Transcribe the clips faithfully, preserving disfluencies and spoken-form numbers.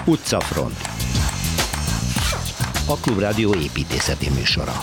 Utcafront, a Klubrádió építészeti műsora.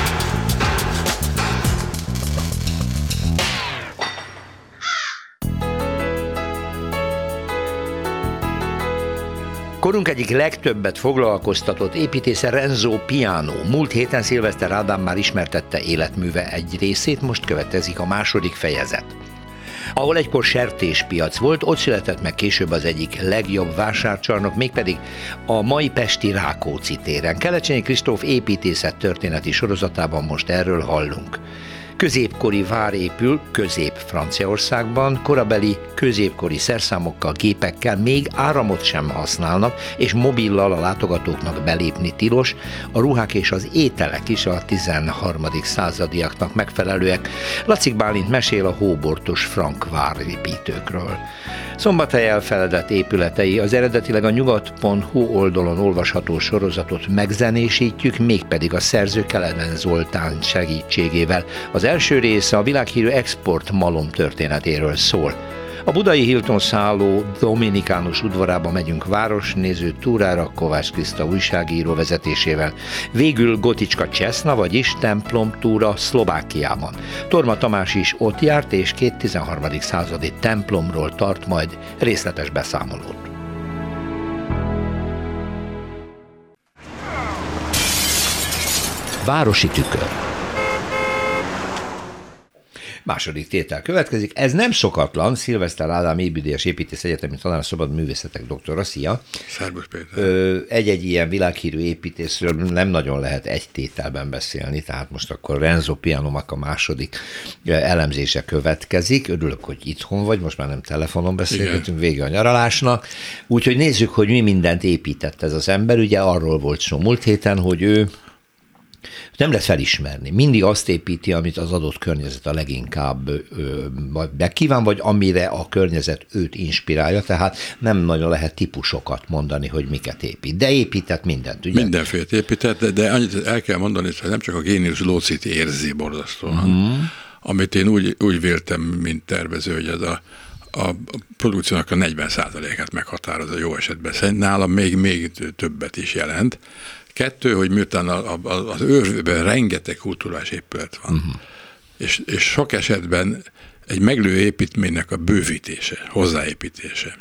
Korunk egyik legtöbbet foglalkoztatott építésze Renzo Piano. Múlt héten Szilveszter Ádám már ismertette életműve egy részét, most következik a második fejezet. Ahol egykor sertéspiac volt, ott született meg később az egyik legjobb vásárcsarnok, mégpedig a mai pesti Rákóczi téren. Kelecsényi Kristóf építészet történeti sorozatában most erről hallunk. Középkori vár épül Közép-Franciaországban, korabeli középkori szerszámokkal, gépekkel, még áramot sem használnak, és mobillal a látogatóknak belépni tilos, a ruhák és az ételek is a tizenharmadik századiaknak megfelelőek. Lacik Bálint mesél a hóbortos frank várépítőkről. Szombathely elfeledett épületei, az eredetileg a nyugat pont hu oldalon olvasható sorozatot megzenésítjük, mégpedig a szerző Keleden Zoltán segítségével. Az első része a világhírű export malom történetéről szól. A budai Hilton szálló dominikánus udvarába megyünk városnéző túrára Kovács Kriszta újságíró vezetésével. Végül Goticska Cseszna, vagyis templom túra Szlovákiában. Torma Tamás is ott járt, és két tizenharmadik századi templomról tart majd részletes beszámolót. Városi tükör. Második tétel következik. Ez nem szokatlan. Szilveszter Ádám ébüdélyes építész egyetemi tanár, szabad művészetek doktora. Szia! Szerbusz Péter! Ö, egy-egy ilyen világhírű építészről nem nagyon lehet egy tételben beszélni, tehát most akkor Renzo Pianonak a második elemzése következik. Örülök, hogy itthon vagy, most már nem telefonon beszélgetünk, vége a nyaralásnak. Úgyhogy nézzük, hogy mi mindent épített ez az ember. Ugye arról volt szó múlt héten, hogy ő nem lehet felismerni. Mindig azt építi, amit az adott környezet a leginkább megkíván, vagy amire a környezet őt inspirálja, tehát nem nagyon lehet típusokat mondani, hogy miket épít. De épített mindent, ugye? Mindenfélet épített, de, de annyit el kell mondani, hogy nem csak a génius lócit érzi borzasztóan, uh-huh. amit én úgy, úgy véltem, mint tervező, hogy ez a a produkciónak a negyven százalékát meghatározza jó esetben. Nálam még, még többet is jelent. Kettő, hogy miután az őrben rengeteg kulturális épület van, uh-huh. és, és sok esetben egy meglévő építménynek a bővítése, hozzáépítése.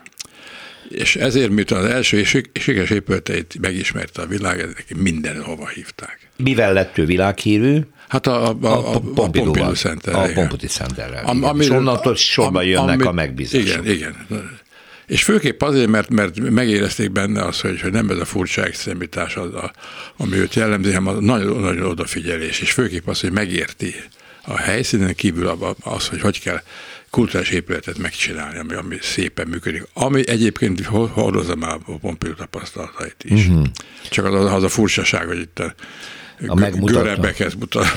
És ezért, miután az első sikeres épületeit megismerte a világ, ezek mindenhova hívták. Mivel lett ő világhírű? Hát a, a, a, a Pompidou Centerrel. A Pompidou Centerrel. Am, és onnantól sorban jönnek ami, a megbízások. Igen, igen. És főképp azért, mert, mert megérezték benne azt, hogy, hogy nem ez a furcsa extremitás, az a, ami őt jellemzi, hanem a nagyon-nagyon odafigyelés, és főképp az, hogy megérti a helyszínen kívül az, hogy hogy kell kulturális épületet megcsinálni, ami, ami szépen működik. Ami egyébként hordozza már a Pompidou tapasztalatait is. Uh-huh. Csak az, az a furcsaság, hogy itt a a görebekhez mutat.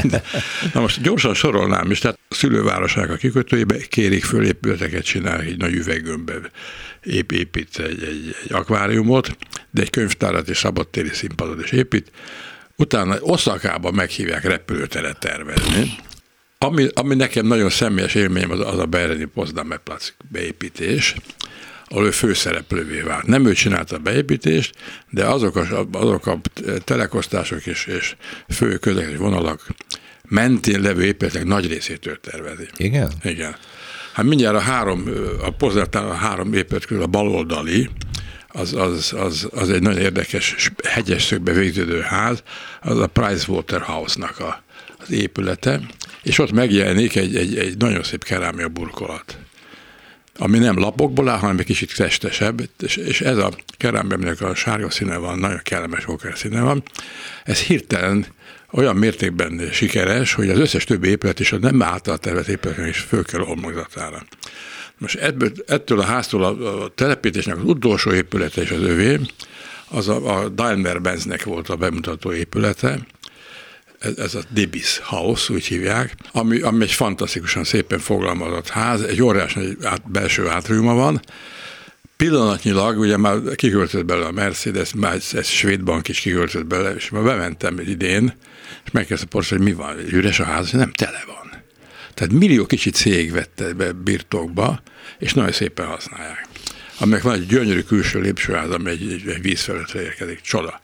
Na most gyorsan sorolnám is, tehát a szülővárosának a kikötőjébe kérik föl épületeket csinálni, egy nagy üveggömbbe ép, épít egy, egy, egy akváriumot, de egy könyvtárat és szabadtéri színpadot is épít. Utána Oszakában meghívják repülőteret tervezni. Ami, ami nekem nagyon személyes élményem, az, az a berlini Potsdamer Platz beépítés, ahol ő főszereplővé vált. Nem ő csinálta a beépítést, de azok a, azok a telekosztások és, és fő közlekedési vonalak mentén levő épületek nagy részétől tervezi. Igen? Igen. Hát mindjárt a három, a Potsdamer a három épület közül a baloldali, az, az, az, az egy nagyon érdekes hegyes szögbe végződő ház, az a Pricewaterhouse-nak a, az épülete, és ott megjelenik egy, egy, egy nagyon szép kerámia burkolat, ami nem lapokból áll, hanem egy kicsit testesebb, és, és ez a kerámia, aminek a sárga színe van, nagyon kellemes oker színe van, ez hirtelen olyan mértékben sikeres, hogy az összes többi épület is a nem által tervett épületnek is fölkel a homlokzatára. Most ebből, ettől a háztól a, a telepítésnek az utolsó épülete és az övé, az a, a Daimler-Benznek volt a bemutató épülete, ez, ez a Debis House, úgy hívják, ami, ami egy fantasztikusan szépen foglalmazott ház, egy óriás egy át, belső átriuma van. Pillanatnyilag ugye már kiköltött belőle a Mercedes, már ez, ez svéd bank is kiköltött belőle, és már bementem idén, és megkezdte porszor, hogy mi van, üres a ház, nem tele van. Tehát millió kicsi cég vette be birtokba, és nagyon szépen használják. aminek van egy gyönyörű külső lépcsőház, ami egy, egy, egy víz felületre érkezik. Csoda.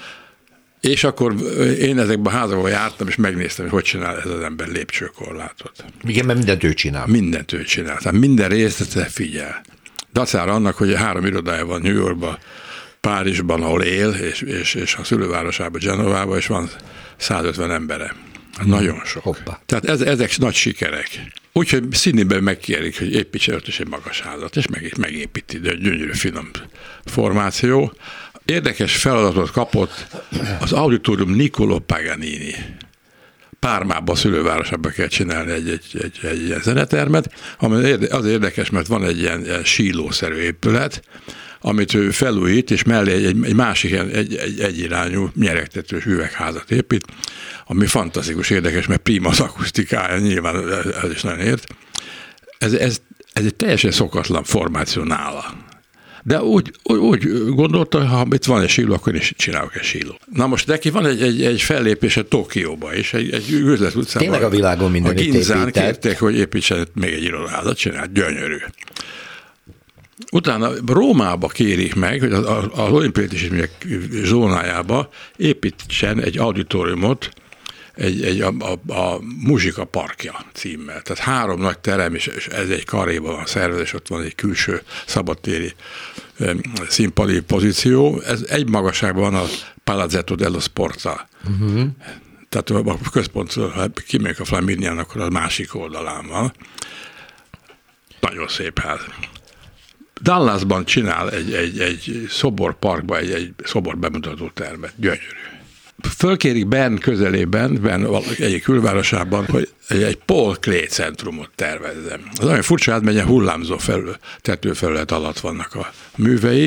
És akkor én ezekben a házakban jártam, és megnéztem, hogy hogy csinál ez az ember lépcsőkorlátot. Igen, mert mindent ő csinál. Mindent ő csinál. Tehát minden részletre figyel. Dacára annak, hogy három irodája van New Yorkban, Párizsban, ahol él, és, és, és a szülővárosában, Genovában, és van százötven embere. Nagyon sok. Hoppa. Tehát ez, ezek nagy sikerek. Úgyhogy Sydneyben megkérik, hogy építsen ott is egy magas házat, és meg, megépíti, de egy gyönyörű, finom formáció. Érdekes feladatot kapott az Auditorium Niccolò Paganini. Pármában, a szülővárosában kell csinálni egy, egy, egy, egy ilyen zenetermet, ami az érdekes, mert van egy ilyen, ilyen sílószerű épület, amit ő felújít, és mellé egy, egy másik egy, egy, egyirányú nyeregtetős üvegházat épít, ami fantasztikus, érdekes, mert prima az akusztikája, nyilván ez is nagyon ért. Ez, ez, ez egy teljesen szokatlan formáció nála. De úgy, úgy, úgy gondolta, hogy ha itt van egy síló, akkor is csinálok egy sílót. Na most neki van egy, egy, egy fellépése Tokióba is, egy, egy üzlet utcában. Tényleg a világon mindenütt épített. A Ginzán kérték, hogy építsen még egy irodaházat, csinált, gyönyörű. Utána Rómába kérik meg, hogy az, az olimpiai intézmények zónájába építsen egy auditoriumot, egy, egy a, a, a Muzsika Parkja címmel. Tehát három nagy terem, és, és ez egy karéban van szervezve, és ott van egy külső szabadtéri színpadi pozíció. Ez egy magasságban van a Palazzetto dello Sporttal. Uh-huh. Tehát a központ, ha kimegyek a Flaminián, akkor a másik oldalán van. Nagyon szép ház. Dallasban csinál egy, egy, egy szoborparkba egy, egy szobor bemutató termet. Gyönyörű. Fölkérik Bern közelében, Bern egyik külvárosában, hogy egy Paul Klee centrumot tervezzem. Az olyan furcsa, átmegyen hullámzó felül, tetőfelület alatt vannak a művei,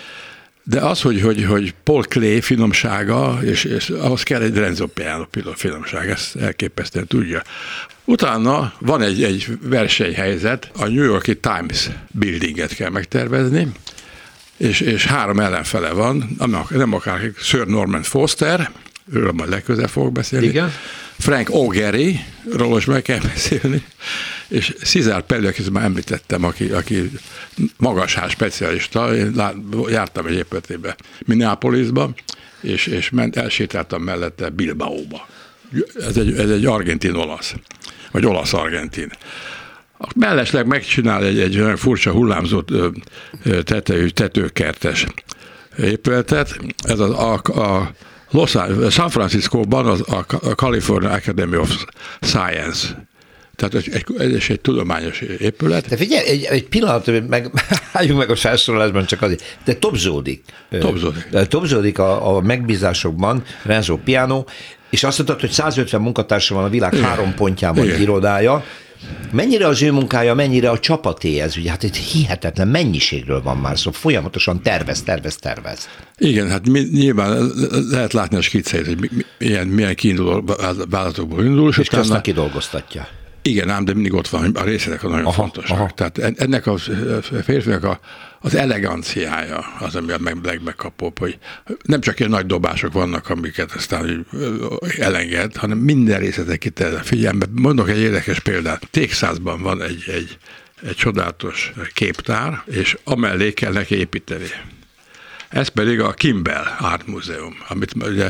de az, hogy, hogy, hogy Paul Klee finomsága, és, és ahhoz kell egy Renzo Piano finomság, ezt elképesztően tudja. Utána van egy, egy versenyhelyzet, a New Yorki Times Buildinget kell megtervezni, és, és három ellenfele van, nem akár Sir Norman Foster, őről majd legközelebb fogok beszélni, igen. Frank O'Gary, ról is meg kell beszélni, és César Pelli, akit már említettem, aki, aki magasház specialista, én lá, jártam egy épületébe Minneapolisba, és, és ment, elsétáltam mellette Bilbaóba. Ez egy, ez egy argentin-olasz, vagy olasz-argentin. Mellesleg megcsinál egy, egy olyan furcsa hullámzó tetejű, tetőkertes épületet. Ez az a, a Los Angeles, San Franciscóban az a California Academy of Science. Tehát egy, egy, egy, egy tudományos épület. De figyelj, egy, egy pillanat, meg, álljunk meg a felsorolásban csak azért. De topzódik. Topzódik. Topzódik a, a megbízásokban Renzo Piano, és azt mondtad, hogy százötven munkatársa van a világ igen. három pontjában igen. irodája. Mennyire az ő munkája, mennyire a csapaté ez? Ugye, hát egy hihetetlen mennyiségről van már szó, szóval folyamatosan tervez, tervez, tervez. Igen, hát mi, nyilván lehet látni a skicceit, hogy milyen, milyen kiinduló vállalatokból indul. És, és utána... közben kidolgoztatja. Igen, ám, de mindig ott van, a részletek nagyon aha, fontosak. Aha. Tehát ennek a férfinak a, az eleganciája az, ami a legmegkapóbb, hogy nem csak ilyen nagy dobások vannak, amiket aztán elenged, hanem minden részletek kiterjed figyelme. Mondok egy érdekes példát. Texasban van egy, egy, egy csodálatos képtár, és amellé kell neki építeni. Ez pedig a Kimbell Art Museum, amit ugye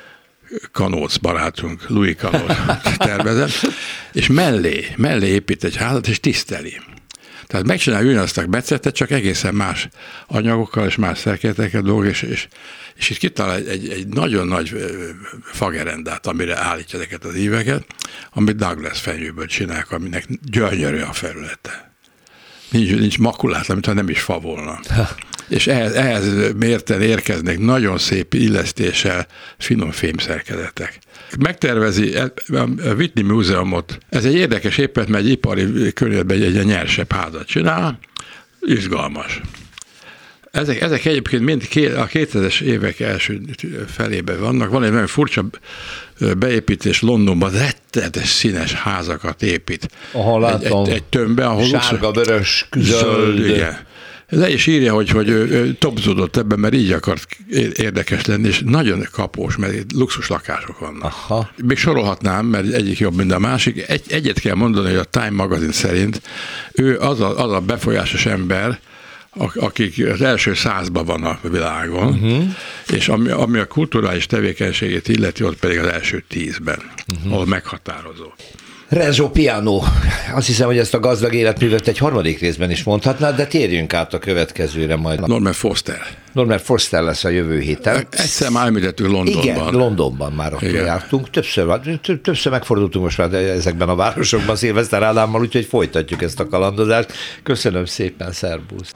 Kanóc barátunk, Louis Kanóc tervezett, és mellé, mellé épít egy házat, és tiszteli. Tehát megcsinálja ugyanazt a metszetet, csak egészen más anyagokkal és más szerkezetekkel dolgok, és, és, és itt kitalál egy, egy, egy nagyon nagy fagerendát, amire állítja ezeket az íveket, amit Douglas fenyőből csinálják, aminek gyönyörű a felülete. Nincs, nincs makulátlan, mintha nem is fa volna. És ehhez, ehhez mérten érkeznek nagyon szép illesztéssel finom fémszerkezetek. Megtervezi a Whitney Múzeumot. Ez egy érdekes épület, mert egy ipari környezetben egy, egy nyersebb házat csinál. Izgalmas. Ezek, ezek egyébként mind a kétezres évek első felében vannak. Van egy nagyon furcsa beépítés Londonban, rettenetes színes házakat épít. Aha, látom. Egy, egy, egy tömbbe, ahol sárga, vörös, zöld. Igen. Le is írja, hogy, hogy ő, ő topzódott ebben, mert így akart érdekes lenni, és nagyon kapós, mert luxus lakások vannak. Aha. Még sorolhatnám, mert egyik jobb, mint a másik. Egy, egyet kell mondani, hogy a Time magazin szerint ő az a, az a befolyásos ember, akik az első százban van a világon, uh-huh. és ami, ami a kulturális tevékenységét illeti, ott pedig az első tízben, uh-huh. ahol meghatározó. Renzo Piano, azt hiszem, hogy ezt a gazdag életművet egy harmadik részben is mondhatnád, de térjünk át a következőre majd. Norman Foster. Norman Foster lesz a jövő héten. Egyszer már említettünk Londonban. Igen, Londonban már akkor jártunk. Többször, többször megfordultunk most már ezekben a városokban Szilveszter Ádámmal, úgyhogy folytatjuk ezt a kalandozást. Köszönöm szépen, szervusz!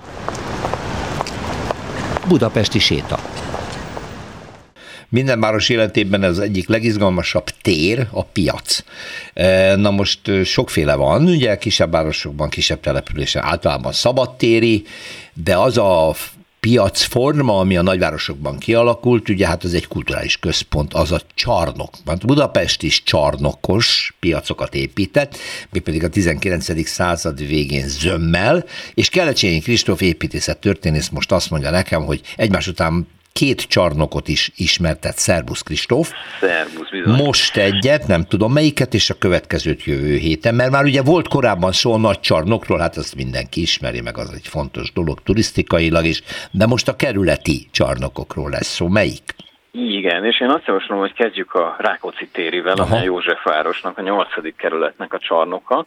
Budapesti séta. Minden város életében az egyik legizgalmasabb tér a piac. Na most sokféle van, ugye kisebb városokban, kisebb településen általában szabadtéri, de az a piacforma, ami a nagyvárosokban kialakult, ugye hát az egy kulturális központ, az a csarnok. Budapest is csarnokos piacokat épített, mi pedig a tizenkilencedik század végén zömmel, és Kelecsényi Kristóf építészettörténész most azt mondja nekem, hogy egymás után két csarnokot is ismertet. Szerbusz Kristóf. Szerbusz, bizony. Most egyet, nem tudom melyiket, és a következőt jövő héten, mert már ugye volt korábban szó a nagy csarnokról, hát azt mindenki ismeri, meg az egy fontos dolog turisztikailag is, de most a kerületi csarnokokról lesz szó. Melyik? Igen, és én azt javaslom, hogy kezdjük a Rákóczi térivel, amely Józsefvárosnak, a nyolcadik kerületnek a csarnoka,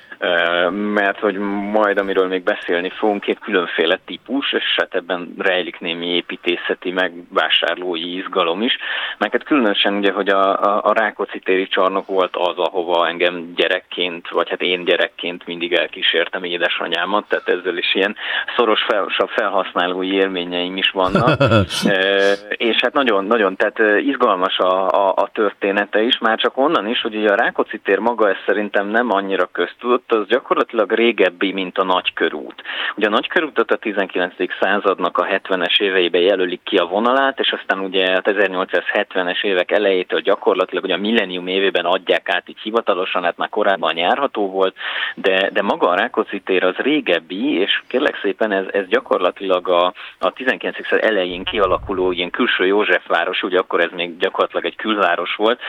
mert hogy majd, amiről még beszélni fogunk, két különféle típus, és hát ebben rejlik némi építészeti, meg vásárlói izgalom is. Mert hát különösen ugye, hogy a, a, a Rákóczi téri csarnok volt az, ahova engem gyerekként, vagy hát én gyerekként mindig elkísértem édesanyámat, tehát ezzel is ilyen szoros fel, felhasználói élményeim is vannak. e, és hát nagyon, nagyon, tehát izgalmas a, a, a története is, már csak onnan is, hogy ugye a Rákóczi tér maga ez szerintem nem annyira köztudott, az gyakorlatilag régebbi, mint a Nagykörút. Ugye a Nagykörútot a tizenkilencedik századnak a hetvenes éveiben jelölik ki a vonalát, és aztán ugye az ezernyolcszázhetvenes évek elejétől gyakorlatilag ugye a millennium évében adják át így hivatalosan, hát már korábban járható volt, de, de maga a Rákóczi tér az régebbi, és kérlek szépen ez, ez gyakorlatilag a, a tizenkilencedik század elején kialakuló ilyen külső Józsefváros, ugye akkor ez még gyakorlatilag egy külváros volt,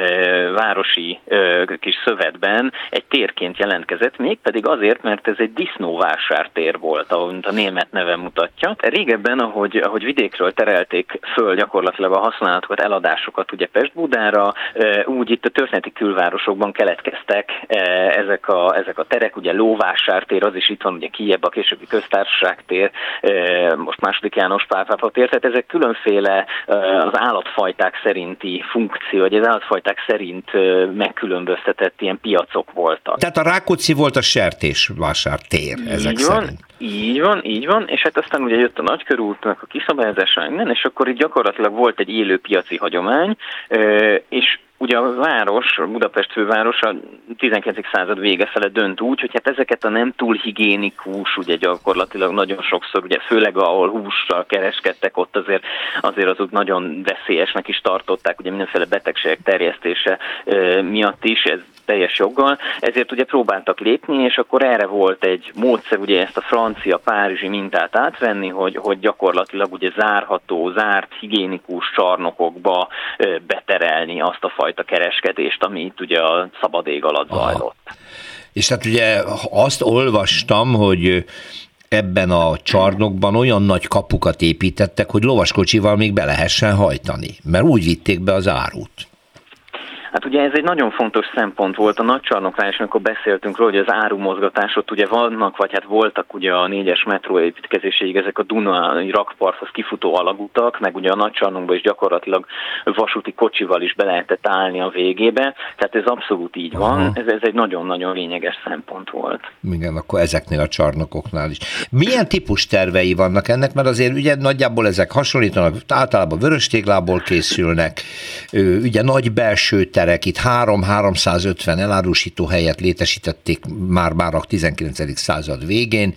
városi kis szövetben egy térként jelent mégpedig azért, mert ez egy disznóvásártér volt, ahogy a német neve mutatja. Régebben, ahogy, ahogy vidékről terelték föl gyakorlatilag a használatokat, eladásokat ugye Pest-Budára, úgy itt a történeti külvárosokban keletkeztek ezek a, ezek a terek, ugye lóvásártér, az is itt van, ugye Kijebb a későbbi köztársaságtér, most második János Pál pápa tér, tehát ezek különféle az állatfajták szerinti funkció, vagy az állatfajták szerint megkülönböztetett ilyen piacok voltak. Tehát a Rákóczi volt a sertésvásártér ezek így van, szerint. Így van, így van, és hát aztán ugye jött a Nagykörútnak a kiszabályozása innen, és akkor itt gyakorlatilag volt egy élő piaci hagyomány, és ugye a város, Budapest főváros a tizenkilencedik század vége fele dönt úgy, hogy hát ezeket a nem túl higiénikus, ugye gyakorlatilag nagyon sokszor, ugye főleg ahol hússal kereskedtek, ott azért, azért azok nagyon veszélyesnek is tartották, ugye mindenféle betegségek terjesztése e, miatt is, ez teljes joggal, ezért ugye próbáltak lépni, és akkor erre volt egy módszer, ugye ezt a francia, párizsi mintát átvenni, hogy, hogy gyakorlatilag ugye zárható, zárt, higiénikus csarnokokba e, beterelni azt a fajta kereskedést, ami itt ugye a szabad ég alatt zajlott. Aha. És hát ugye azt olvastam, hogy ebben a csarnokban olyan nagy kapukat építettek, hogy lovaskocsival még be lehessen hajtani, mert úgy vitték be az árut. Hát ugye ez egy nagyon fontos szempont volt a nagycsarnoknál, és amikor beszéltünk róla, hogy az árumozgatás ott ugye vannak, vagy hát voltak ugye a négyes metró építkezéséig ezek a Dunai rakparthoz kifutó alagutak, meg ugye a nagycsarnokban is gyakorlatilag vasúti kocsival is be lehetett állni a végébe, tehát ez abszolút így van, ez, ez egy nagyon-nagyon lényeges szempont volt. Igen, akkor ezeknél a csarnokoknál is. Milyen típus tervei vannak ennek, mert azért ugye nagyjából ezek hasonlítanak, általában vöröstéglából készülnek, ugye nagy belső terek, itt három-háromszázötven elárusító helyet létesítették már-már a tizenkilencedik század végén,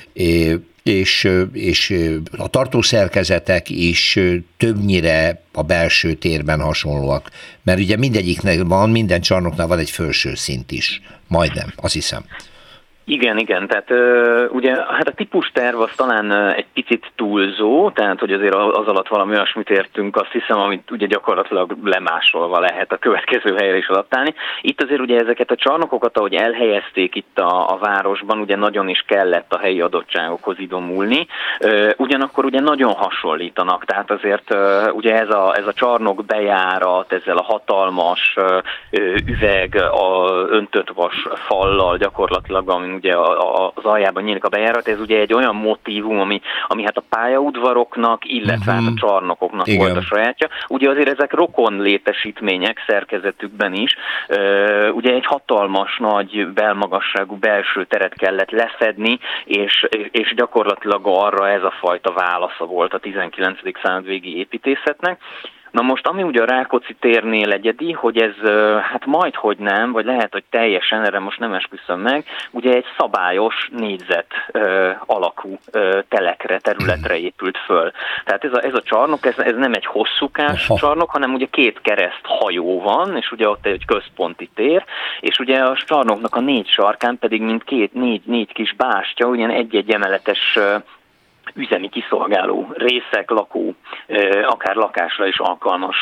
és, és a tartószerkezetek is többnyire a belső térben hasonlóak, mert ugye mindegyiknek van, minden csarnoknál van egy felső szint is, majdnem, azt hiszem. Igen, igen, tehát ö, ugye hát a típusterv az talán egy picit túlzó, tehát hogy azért az alatt valami olyasmit értünk, azt hiszem, amit ugye gyakorlatilag lemásolva lehet a következő helyre is adaptálni. Itt azért ugye ezeket a csarnokokat, ahogy elhelyezték itt a, a városban, ugye nagyon is kellett a helyi adottságokhoz idomulni, ö, ugyanakkor ugye nagyon hasonlítanak, tehát azért ö, ugye ez a, ez a csarnok bejárat, ezzel a hatalmas ö, üveg, a öntött vas fallal gyakorlatilag, ami ugye az aljában nyílik a bejárat, ez ugye egy olyan motívum, ami, ami hát a pályaudvaroknak, illetve uh-huh. hát a csarnokoknak igen. volt a sajátja. Ugye azért ezek rokon létesítmények szerkezetükben is. Ugye egy hatalmas, nagy belmagasságú belső teret kellett lefedni, és, és gyakorlatilag arra ez a fajta válasza volt a tizenkilencedik század végi építészetnek. Na most, ami ugye a Rákóczi térnél egyedi, hogy ez hát majdhogy nem, vagy lehet, hogy teljesen, erre most nem esküszöm meg, ugye egy szabályos négyzet ö, alakú ö, telekre, területre épült föl. Tehát ez a, ez a csarnok, ez, ez nem egy hosszúkás Aha. csarnok, hanem ugye két kereszt hajó van, és ugye ott egy központi tér, és ugye a csarnoknak a négy sarkán pedig mint két, négy, négy kis bástya, ugyan egy-egy emeletes üzemi kiszolgáló részek, lakó, akár lakásra is alkalmas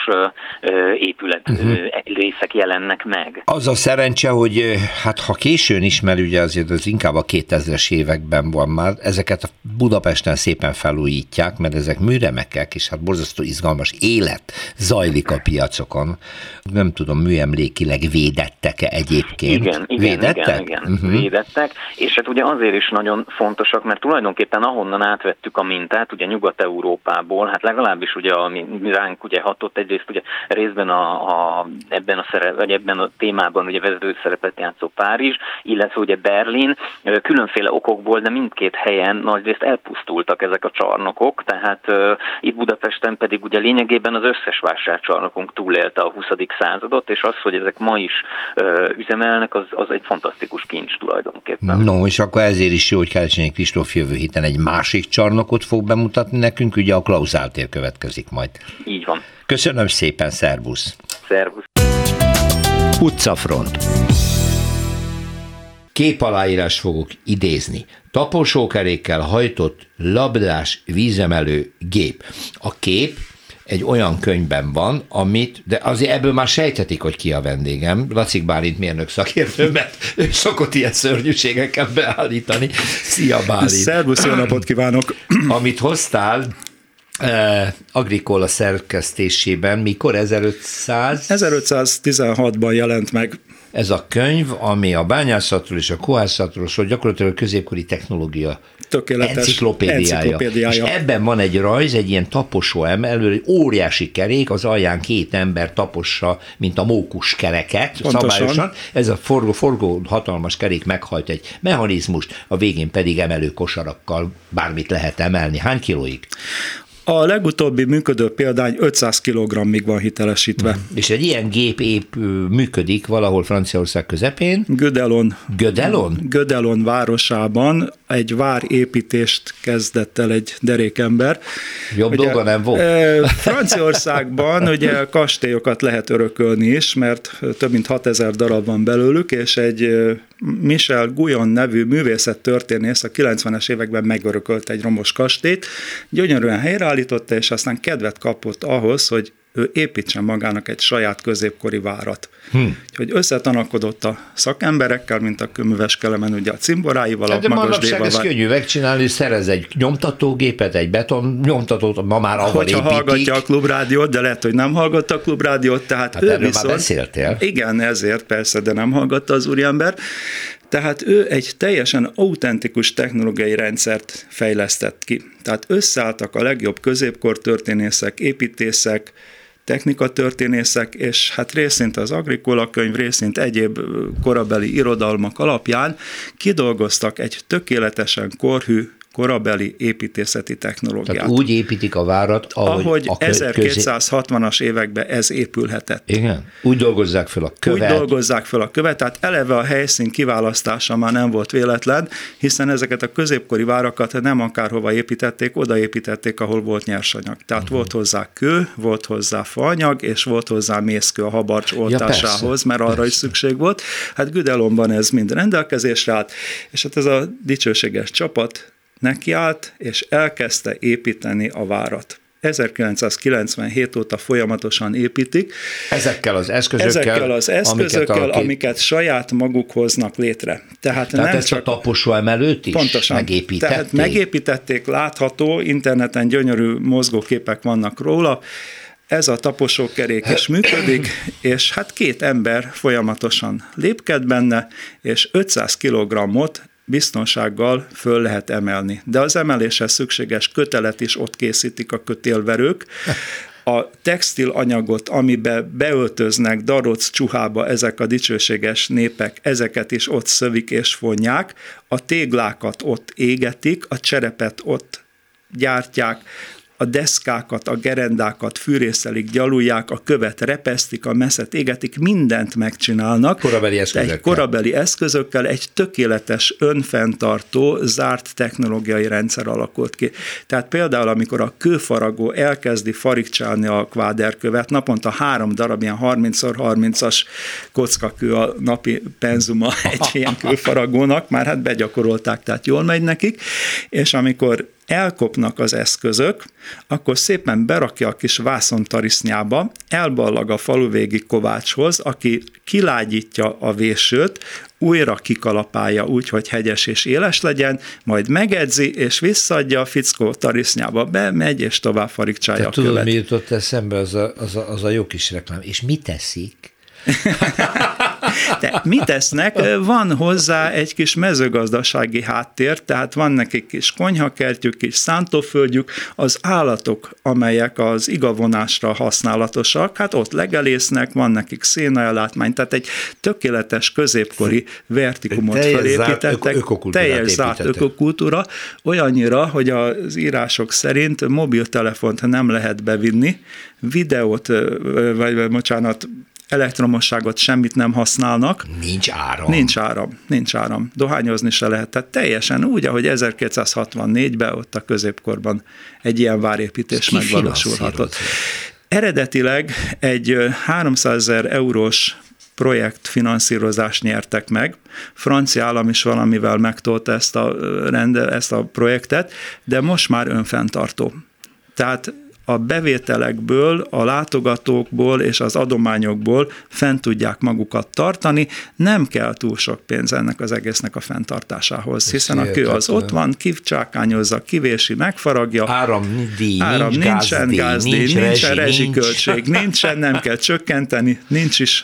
épület uh-huh. részek jelennek meg. Az a szerencse, hogy hát ha későn ismer, ugye azért az inkább a kétezres években van már, ezeket a Budapesten szépen felújítják, mert ezek műremekek, és hát borzasztó izgalmas élet zajlik a piacokon. Nem tudom, műemlékileg védettek-e egyébként? Igen, igen, Védettek? igen, igen. Uh-huh. védettek, és hát ugye azért is nagyon fontosak, mert tulajdonképpen ahonnan átvettük a mintát, ugye Nyugat-Európából, hát legalábbis ugye ami ránk ugye hatott, egyrészt ugye részben a, a, ebben, a szerep, vagy ebben a témában ugye vezető szerepet játszó Párizs, illetve ugye Berlin, különféle okokból, de mindkét helyen nagyrészt elpusztultak ezek a csarnokok, tehát uh, itt Budapesten pedig ugye lényegében az összes vásárcsarnokunk túlélte a huszadik századot, és az, hogy ezek ma is uh, üzemelnek, az, az egy fantasztikus kincs tulajdonképpen. No, és akkor ezért is jó, hogy Kelecsényi Kristóf jövő héten egy másik csarnokot fog bemutatni nekünk, ugye a Klauzál tér következik majd. Így van. Köszönöm szépen, szervusz! Szervusz! Utcafront. Képaláírás fogok idézni. Taposókerékkel hajtott labdás vízemelő gép. A kép egy olyan könyvben van, amit, de azért ebből már sejthetik, hogy ki a vendégem. Lacik Bálint mérnök szakértő, mert ő szokott ilyen szörnyűségekkel beállítani. Szia, Bálint! Szervusz, jó napot kívánok! Amit hoztál eh, Agricola szerkesztésében, mikor? ezerötszáz ezerötszáztizenhatban jelent meg. Ez a könyv, ami a bányászatról és a kohászatról szól, gyakorlatilag a középkori technológia tökéletes enciklopédiája. enciklopédiája. És ebben van egy rajz, egy ilyen taposó emelő, egy óriási kerék, az alján két ember tapossa, mint a mókus kereket, Pontosan. szabályosan. Ez a forgó, forgó hatalmas kerék meghajt egy mechanizmust, a végén pedig emelő kosarakkal bármit lehet emelni. Hány kilóig? A legutóbbi működő példány ötszáz kilogrammig van hitelesítve. Mm. És egy ilyen gép épp működik valahol Franciaország közepén. Gödelon. Gödelon? Gödelon városában egy várépítést kezdett el egy derékember. Jobb ugye, dolga nem volt. Franciaországban ugye kastélyokat lehet örökölni is, mert több mint hatezer darab van belőlük, és egy Michel Guyon nevű művészettörténész a kilencvenes években megörökölt egy romos kastélyt, gyönyörűen helyreállította, és aztán kedvet kapott ahhoz, hogy ő építsen magának egy saját középkori várat. Hm. Úgyhogy összetanakodott a szakemberekkel, mint a Kőműves Kelemen, ugye a cimboráival, hát a magas déval. De ez könnyű megcsinálni, szerez egy nyomtatógépet, egy beton nyomtatót, ma már avval építik. Hogyha hallgatja a Klubrádiót, de lehet, hogy nem hallgatta a Klubrádiót, tehát hát ő erről viszont... már beszéltél. Igen, ezért persze, de nem hallgatta az úriember. Tehát ő egy teljesen autentikus technológiai rendszert fejlesztett ki. Tehát összeálltak a legjobb középkor történészek, építészek, technikatörténészek, és hát részint az Agricola könyv, részint egyéb korabeli irodalmak alapján kidolgoztak egy tökéletesen korhű, korabeli építészeti technológiát. Tehát úgy építik a várat, ahogy, ahogy a kö- ezerkétszázhatvanas években ez épülhetett. Igen? Úgy dolgozzák fel a követ. Úgy dolgozzák fel a követ, tehát eleve a helyszín kiválasztása már nem volt véletlen, hiszen ezeket a középkori várakat nem akárhova építették, oda építették, ahol volt nyersanyag. Tehát uh-huh. volt hozzá kő, volt hozzá faanyag, és volt hozzá mészkő a habarcs oltásához, ja, mert arra persze. is szükség volt. Hát Güdelomban ez mind rendelkezésre állt, és hát ez a dicsőséges csapat nekiállt, és elkezdte építeni a várat. ezerkilencszázkilencvenhét óta folyamatosan építik. Ezekkel az eszközökkel, Ezekkel az eszközökkel, amiket, a... amiket saját maguk hoznak létre. Tehát, Tehát nem ezt csak... a taposó emelőt is pontosan, megépítették? Tehát megépítették, látható, interneten gyönyörű mozgóképek vannak róla, ez a taposókerék is működik, és hát két ember folyamatosan lépked benne, és ötszáz kilogrammot biztonsággal föl lehet emelni. De az emeléshez szükséges kötelet is ott készítik a kötélverők. A textil anyagot, amibe beöltöznek daroc csuhába ezek a dicsőséges népek, ezeket is ott szövik és fonják, a téglákat ott égetik, a cserepet ott gyártják, a deszkákat, a gerendákat fűrészelik, gyalulják, a követ repesztik, a messzet égetik, mindent megcsinálnak. Korabeli eszközökkel. Egy korabeli eszközökkel egy tökéletes, önfenntartó, zárt technológiai rendszer alakult ki. Tehát például, amikor a kőfaragó elkezdi farigcsálni a kváderkövet, naponta három darab ilyen harminc szor harmincas kockakő a napi penzuma egy ilyen kőfaragónak, már hát begyakorolták, tehát jól megy nekik, és amikor elkopnak az eszközök, akkor szépen berakja a kis vászontarisznyába, elballag a faluvégi kovácshoz, aki kilágyítja a vésőt, újra kikalapálja úgy, hogy hegyes és éles legyen, majd megedzi, és visszaadja a fickó tarisznyába, bemegy, és tovább farigcsálja a követ. Tudod, mi jutott eszembe, az a, az, a, az a jó kis reklám. És mit teszik? De mit tesznek? Van hozzá egy kis mezőgazdasági háttér, tehát van nekik kis konyhakertjük, kis szántóföldjük, az állatok, amelyek az igavonásra használatosak, hát ott legelésznek, van nekik szénaellátmány, tehát egy tökéletes középkori vertikumot felépítettek, teljes zárt ökokultúra, olyannyira, hogy az írások szerint mobiltelefont nem lehet bevinni, videót, vagy bocsánat, elektromosságot semmit nem használnak. Nincs áram. Nincs áram, nincs áram. Dohányozni se lehet. Tehát teljesen úgy, ahogy ezerkétszázhatvannégyben ott a középkorban egy ilyen várépítés megvalósulhatott. Eredetileg egy háromszázezer eurós projektfinanszírozást nyertek meg. Francia állam is valamivel megtolta ezt a, rende, ezt a projektet, de most már önfenntartó. Tehát a bevételekből, a látogatókból és az adományokból fent tudják magukat tartani, nem kell túl sok pénz ennek az egésznek a fenntartásához, ez hiszen a kő az ott van, kivcsákányozza, kivési, megfaragja. Áramdíj, áram, nincs nincsen gázdíj, gázdíj, nincs nincsen rezsi, rezsiköltség, nincs. nincsen, nem kell csökkenteni, nincs is.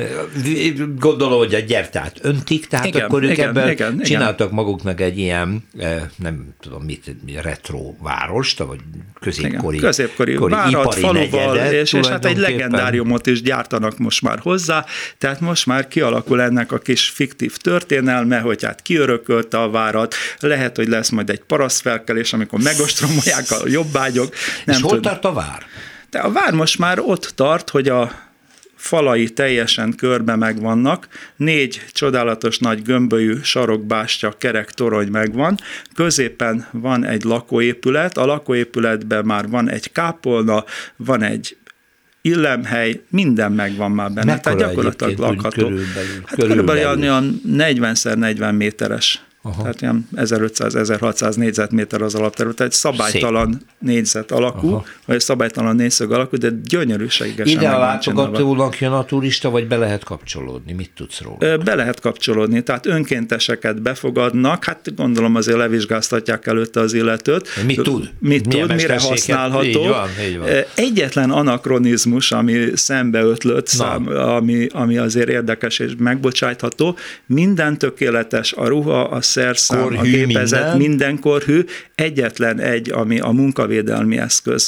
Gondolom, hogy a gyertyát öntik, tehát igen, akkor ők igen, ebben igen, csináltak igen. maguknak egy ilyen, nem tudom mit, retro várost, vagy középkori, igen, középkori várat, faluval, és, és hát egy legendáriumot is gyártanak most már hozzá, tehát most már kialakul ennek a kis fiktív történelme, hogy hát kiörökölte a várat, lehet, hogy lesz majd egy parasztfelkelés, amikor megostromolják a jobbágyok. Nem és hol tud... tart a vár? De a vár most már ott tart, hogy a falai teljesen körbe megvannak, négy csodálatos nagy gömbölyű sarokbástya, kerek torony megvan, középen van egy lakóépület, a lakóépületben már van egy kápolna, van egy illemhely, minden megvan már benne. Mekkora tehát gyakorlatilag lakható. Körülbelül, hát körülbelül. körülbelül olyan negyven szer negyven méteres. Aha. Tehát ilyen ezerötszáz-ezerhatszáz négyzetméter az alapterület, egy szabálytalan Szép. négyzet alakú, Aha. vagy szabálytalan négyszög alakú, de gyönyörűségesen. Ide a látogatónak jön a turista, vagy be lehet kapcsolódni? Mit tudsz róla? Be lehet kapcsolódni, tehát önkénteseket befogadnak, hát gondolom azért levizsgáztatják előtte az illetőt. Mit tud? Mit tud, mire használható. Így van, így van. Egyetlen anakronizmus, ami szembeötlött, szám, ami, ami azért érdekes és megbocsátható, minden tökéletes, a ruha, a szerszám, korhű, a gépezet, minden. minden korhű, egyetlen egy, ami a munkavédelmi eszköz.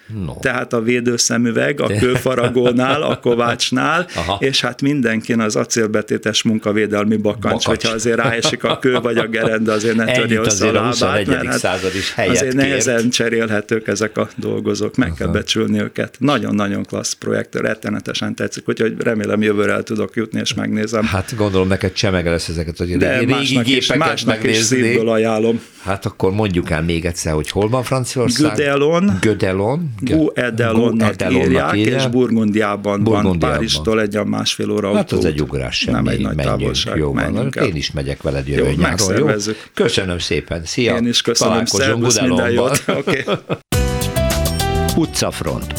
No. Tehát a védőszemüveg a kőfaragónál, a kovácsnál, aha. és hát mindenkin az acélbetétes munkavédelmi bakancs, bakancs. hogyha azért ráesik a kő vagy a gerenda, azért ne törje össze a lábát, mert hát azért nehezen cserélhetők ezek a dolgozók, meg aha. kell becsülni őket. Nagyon-nagyon klassz projekt, rettenetesen tetszik, úgyhogy remélem jövőre el tudok jutni, és megnézem. Hát gondolom neked csemege lesz ezeket a régi másnak gépeket is, másnak is szívből ajánlom. Hát akkor mondjuk el még egyszer, hogy hol van Franciaország? Gödelon. Gödelon. Guedelonnak írják, írja. és Burgundiában, Burgundiában van, Párizstól egy a másfél óra hát az egy ugrás sem, nem egy nagy távolság. Jó van, én is megyek veled jövő jó, nyáron. Jó? Köszönöm szépen, szia! Én is köszönöm, szervusz, minden jót! Okay. Utcafront.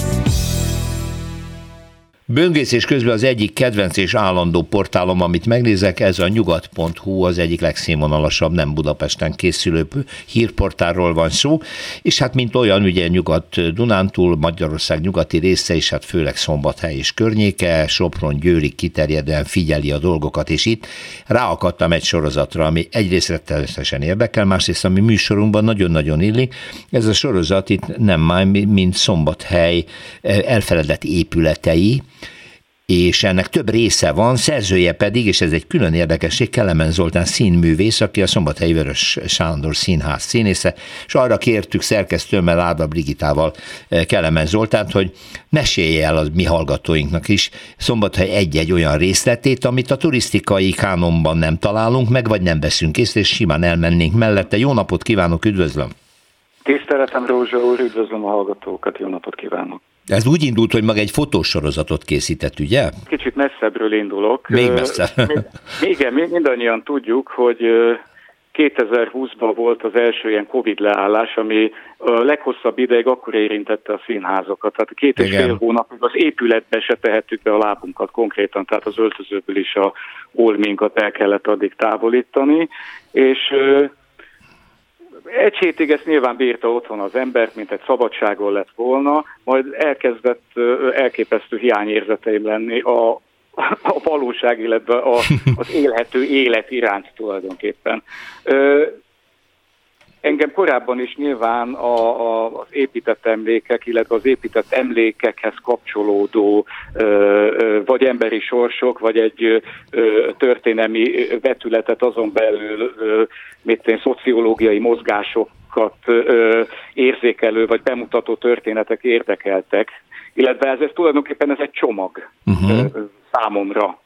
Böngészés közben az egyik kedvenc és állandó portálom, amit megnézek, ez a nyugat pont hu, az egyik legszínvonalasabb, nem Budapesten készülő hírportálról van szó, és hát mint olyan, ugye Nyugat-Dunántúl, Magyarország nyugati része, és hát főleg Szombathely és környéke, Sopron, Győrig kiterjedően figyeli a dolgokat, és itt ráakadtam egy sorozatra, ami egyrészt rettenetesen érdekel, másrészt ami műsorunkban nagyon-nagyon illik. Ez a sorozat itt nem már, mint Szombathely elfeledett épületei, és ennek több része van, szerzője pedig, és ez egy külön érdekesség, Kelemen Zoltán színművész, aki a Szombathelyi Vörös Sándor Színház színésze, és arra kértük szerkesztőmmel, Árva Brigitával Kelemen Zoltánt, hogy mesélje el a mi hallgatóinknak is Szombathely egy-egy olyan részletét, amit a turisztikai kánonban nem találunk meg, vagy nem veszünk észre, és simán elmennénk mellette. Jó napot kívánok, üdvözlöm! Tiszteletem, Rózsa úr, üdvözlöm a hallgatókat, jó napot kívánok! Ez úgy indult, hogy maga egy fotósorozatot készített, ugye? Kicsit messzebbről indulok. Még messzebb. Igen, mindannyian tudjuk, hogy kétezer-húszban volt az első ilyen Covid leállás, ami a leghosszabb ideig akkor érintette a színházokat. Tehát két és fél hónapig az épületbe se tehettük be a lábunkat konkrétan, tehát az öltözőből is a olminkat el kellett addig távolítani, és egy hétig ezt nyilván bírta otthon az embert, mint egy szabadságon lett volna, majd elkezdett elképesztő hiányérzeteim lenni a, a valóság, illetve a, az élhető élet iránt tulajdonképpen. Engem korábban is nyilván a, a, az épített emlékek, illetve az épített emlékekhez kapcsolódó ö, ö, vagy emberi sorsok, vagy egy ö, történelmi vetületet azon belül, ö, mit én, szociológiai mozgásokat ö, érzékelő, vagy bemutató történetek érdekeltek. Illetve ez, ez tulajdonképpen ez egy csomag uh-huh. ö, számomra.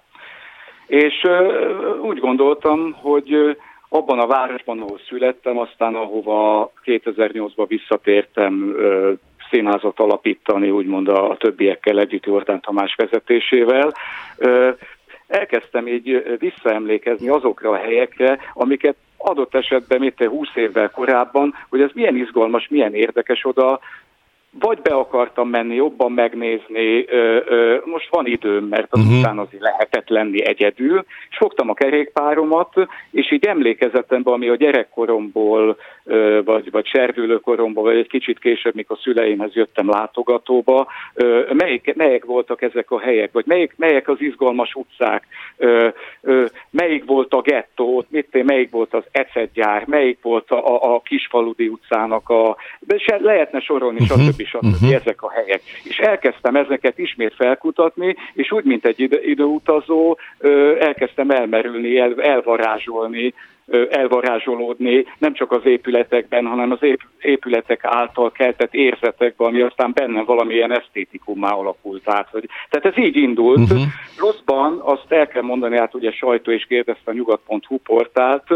És ö, úgy gondoltam, hogy abban a városban, ahol születtem, aztán ahova kétezer-nyolcban visszatértem ö, színházat alapítani, úgymond a, a többiekkel együtt, Jordán Tamás vezetésével. Ö, elkezdtem így visszaemlékezni azokra a helyekre, amiket adott esetben mint húsz évvel korábban, hogy ez milyen izgalmas, milyen érdekes oda, vagy be akartam menni, jobban megnézni, ö, ö, most van időm, mert az uh-huh. után azért lehetett lenni egyedül, és fogtam a kerékpáromat, és így emlékezetemben, ami a gyerekkoromból, ö, vagy, vagy serdülőkoromból, vagy egy kicsit később, mikor szüleimhez jöttem látogatóba, ö, melyik, melyek voltak ezek a helyek, vagy melyik, melyek az izgalmas utcák, ö, ö, melyik volt a gettó, ott mit, melyik volt az ecetgyár, melyik volt a, a, a Kisfaludi utcának a... De lehetne sorolni, uh-huh. stb. Stb. Uh-huh. ezek a helyek. És elkezdtem ezeket ismét felkutatni, és úgy, mint egy ide, időutazó, elkezdtem elmerülni, el, elvarázsolni, elvarázsolódni, nem csak az épületekben, hanem az épületek által keltett érzetekben, ami aztán bennem valamilyen esztétikummá alakult át. Tehát ez így indult. Uh-huh. Rosszban azt el kell mondani, hát ugye sajtó is kérdezte a nyugat pont hu portált,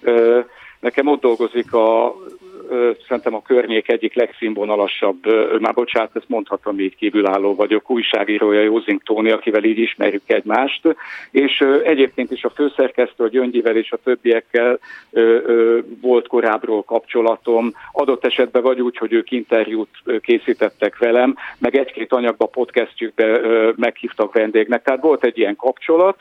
nekem ott dolgozik a szerintem a környék egyik legszínvonalasabb, már bocsánat, ezt mondhatom, így kívülálló vagyok, újságírója Józing Tóni, akivel így ismerjük egymást, és egyébként is a főszerkesztő, a Gyöngyivel és a többiekkel volt korábbról kapcsolatom, adott esetben vagy úgy, hogy ők interjút készítettek velem, meg egy-két anyagba, podcastjükbe meghívtak vendégnek, tehát volt egy ilyen kapcsolat,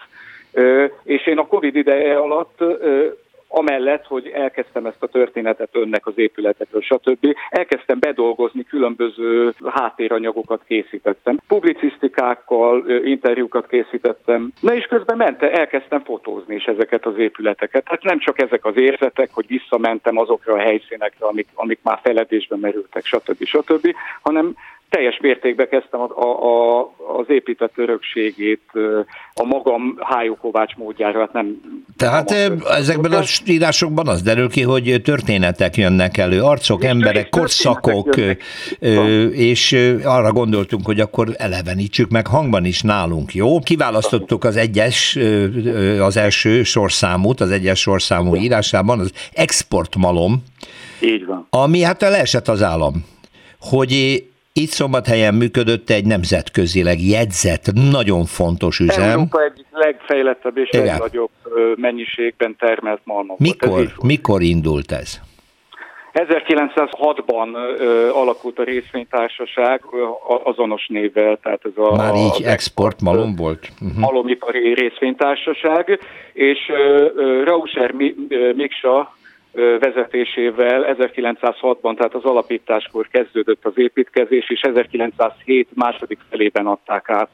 és én a Covid ideje alatt amellett, hogy elkezdtem ezt a történetet önnek az épületekről, stb. Elkezdtem bedolgozni, különböző háttéranyagokat készítettem. Publicisztikákkal, interjúkat készítettem. Na és közben mente, elkezdtem fotózni is ezeket az épületeket. Tehát nem csak ezek az érzetek, hogy visszamentem azokra a helyszínekre, amik, amik már feledésben merültek, stb. stb., hanem teljes mértékben kezdtem a, a, az épített örökségét a magam Hájó Kovács módjára. Hát nem, Tehát nem ezekben a írásokban az derül ki, hogy történetek jönnek elő, arcok, és emberek, korszakok, és arra gondoltunk, hogy akkor elevenítsük meg hangban is nálunk, jó? Kiválasztottuk az egyes, az első sorszámút, az egyes sorszámú írásában, az exportmalom, így van. Ami hát leesett az állam, hogy itt Szombathelyen működött egy nemzetközileg jegyzett, nagyon fontos üzem. Európa egyik legfejlettebb és Igen. legnagyobb mennyiségben termelt malmok. Mikor, mikor indult ez? ezerkilencszázhatban ö, alakult a részvénytársaság ö, azonos névvel, tehát ez a... Már így exportmalom volt? Uh-huh. Malomipari részvénytársaság, és ö, ö, Rauscher Miksa vezetésével ezerkilencszázhatban, tehát az alapításkor kezdődött az építkezés, és ezerkilencszázhét második felében adták át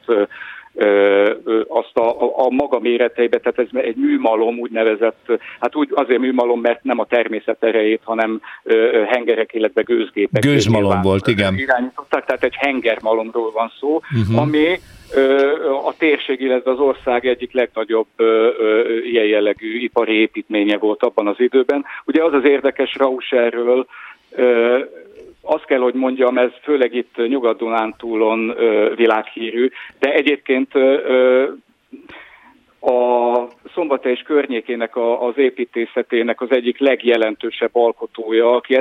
azt a, a, a maga méreteibe, tehát ez egy műmalom úgynevezett, hát úgy azért műmalom, mert nem a természet erejét, hanem ö, hengerek, illetve gőzgépek. Gőzmalom volt, igen. Irányították, tehát egy hengermalomról van szó, uh-huh. ami ö, a térség, illetve az ország egyik legnagyobb ö, ö, ilyen jellegű ipari építménye volt abban az időben. Ugye az az érdekes Rauscherről, ö, azt kell, hogy mondjam, ez főleg itt Nyugat-Dunántúlon ö, világhírű, de egyébként ö, a Szombathely és környékének a, az építészetének az egyik legjelentősebb alkotója, aki